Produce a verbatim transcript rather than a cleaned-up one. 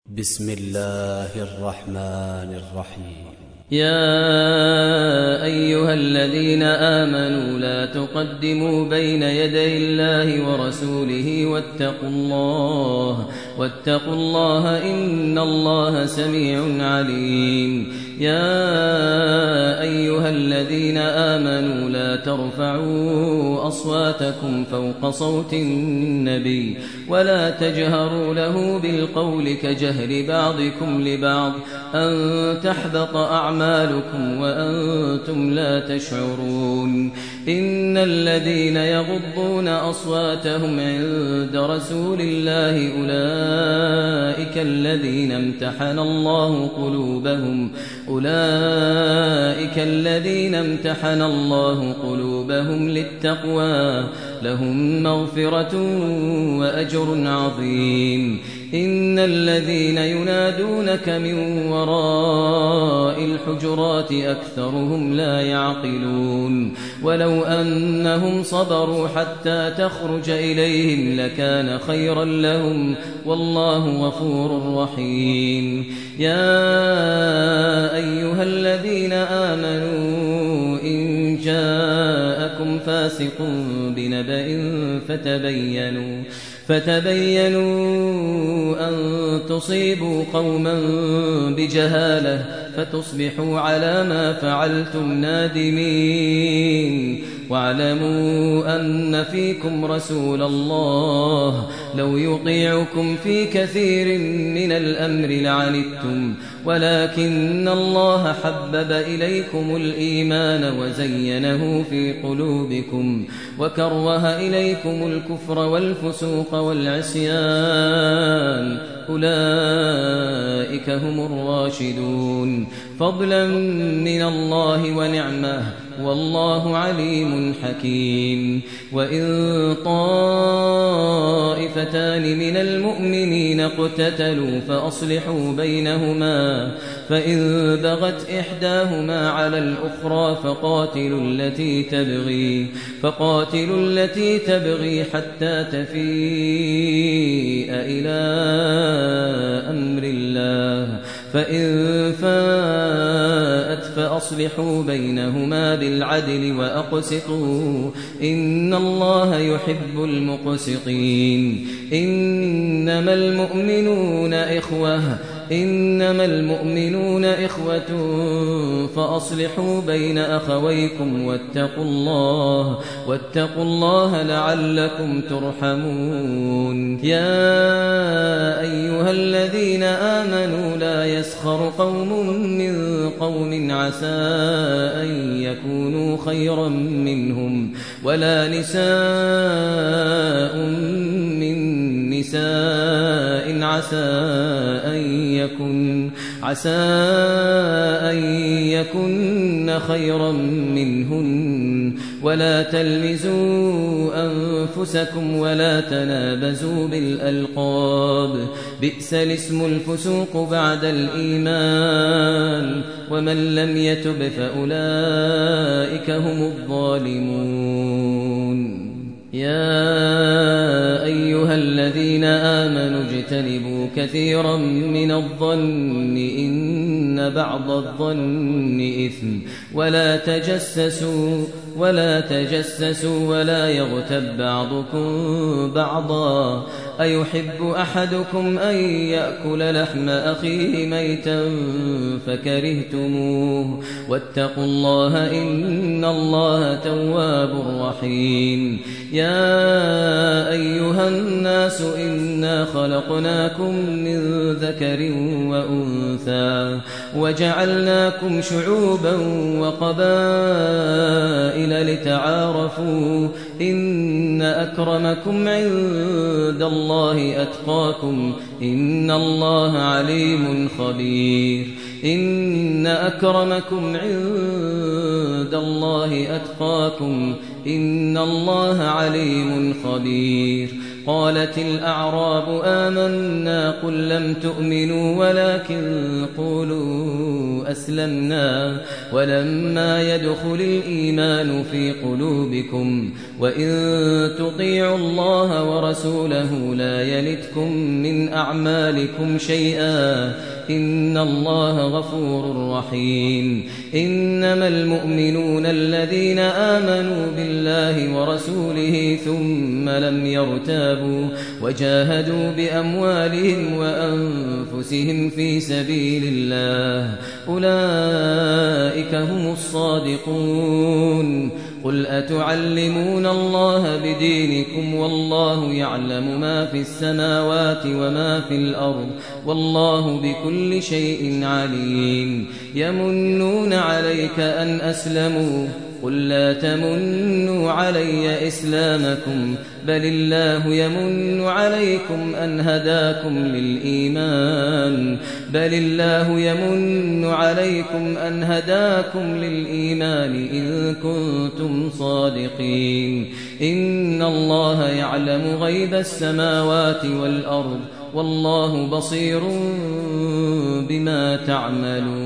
بسم الله الرحمن الرحيم. يا أيها الذين آمنوا لا تقدموا بين يدي الله ورسوله واتقوا الله واتقوا الله إن الله سميع عليم. يا أيها الذين آمنوا لا ترفعوا أصواتكم فوق صوت النبي ولا تجهروا له بالقول كجهر بعضكم لبعض أن تحبط أعمالكم وأنتم لا تشعرون. إن الذين يغضون أصواتهم عند رسول الله أولئك الذين امتحن الله قلوبهم أولئك الذين امتحن الله قلوبهم للتقوى لهم مغفرة وأجر عظيم. إن الذين ينادونك من وراء الحجرات أكثرهم لا يعقلون. ولو أنهم صبروا حتى تخرج إليهم لكان خيرا لهم والله غفور رحيم. يا أيها الذين آمنوا إن جاءكم فاسق بنبأ فتبينوا فتبينوا أن تصيبوا قوما بجهالة فتصبحوا على ما فعلتم نادمين. واعلموا أن فيكم رسول الله لو يطيعكم في كثير من الأمر لعنتم ولكن الله حبب إليكم الإيمان وزينه في قلوبكم وكره إليكم الكفر والفسوق والعصيان أولئك هم الراشدون فضلا من الله ونعمه والله عليم حكيم. وإن طائفتان من المؤمنين اقتتلوا فأصلحوا بينهما فإن بغت إحداهما على الأخرى فقاتلوا التي تبغي فقاتلوا التي تبغي حتى تفيء إلى أمر الله فإن فاءت فأصلحوا بينهما بالعدل وأقسطوا إن الله يحب المقسطين. إنما المؤمنون إخوة إنما المؤمنون إخوة فأصلحوا بين أخويكم واتقوا الله واتقوا الله لعلكم ترحمون. يا أيها الذين آمنوا لا يسخر قوم من قوم عسى أن يكونوا خيرا منهم ولا نساء من نساء عسى أن يكن عسى أن يكن خيرا منهن ولا تلمزوا أنفسكم ولا تنابزوا بالألقاب بئس الاسم الفسوق بعد الإيمان ومن لم يتب فأولئك هم الظالمون. يا أيها الذين آمنوا اجتنبوا كثيرا من الظن إن بعض الظن إثم ولا تجسسوا ولا تجسسوا ولا يغتب بعضكم بعضا أيحب أحدكم أن يأكل لحم أخيه ميتا فكرهتموه واتقوا الله إن الله تواب رحيم. يا أيها الناس إنا خلقناكم من ذكر وأنثى وجعلناكم شعوبا وقبائل لتعارفوا إن أكرمكم عند الله أتقاكم إن الله عليم خبير. إن أكرمكم عند الله أتقاكم إن الله عليم خبير. قالت الأعراب آمنا قل لم تؤمنوا ولكن قولوا أسلمنا ولما يدخل الإيمان في قلوبكم وإن تطيعوا الله ورسوله لا يلتكم من أعمالكم شيئا إن الله غفور رحيم إنما المؤمنون الذين آمنوا بالله ورسوله ثم لم يرتابوا وجاهدوا بأموالهم وأنفسهم في سبيل الله أولئك هم الصادقون قل أتعلمون الله بدينكم والله يعلم ما في السماوات وما في الأرض والله بكل شيء عليم يمنون عليك أن أسلموا قل لا تمنوا علي إسلامكم بل الله يمن عليكم أن هداكم للإيمان بل الله يمن عليكم أن هداكم للإيمان إن كنتم صادقين إن الله يعلم غيب السماوات والأرض والله بصير بما تعملون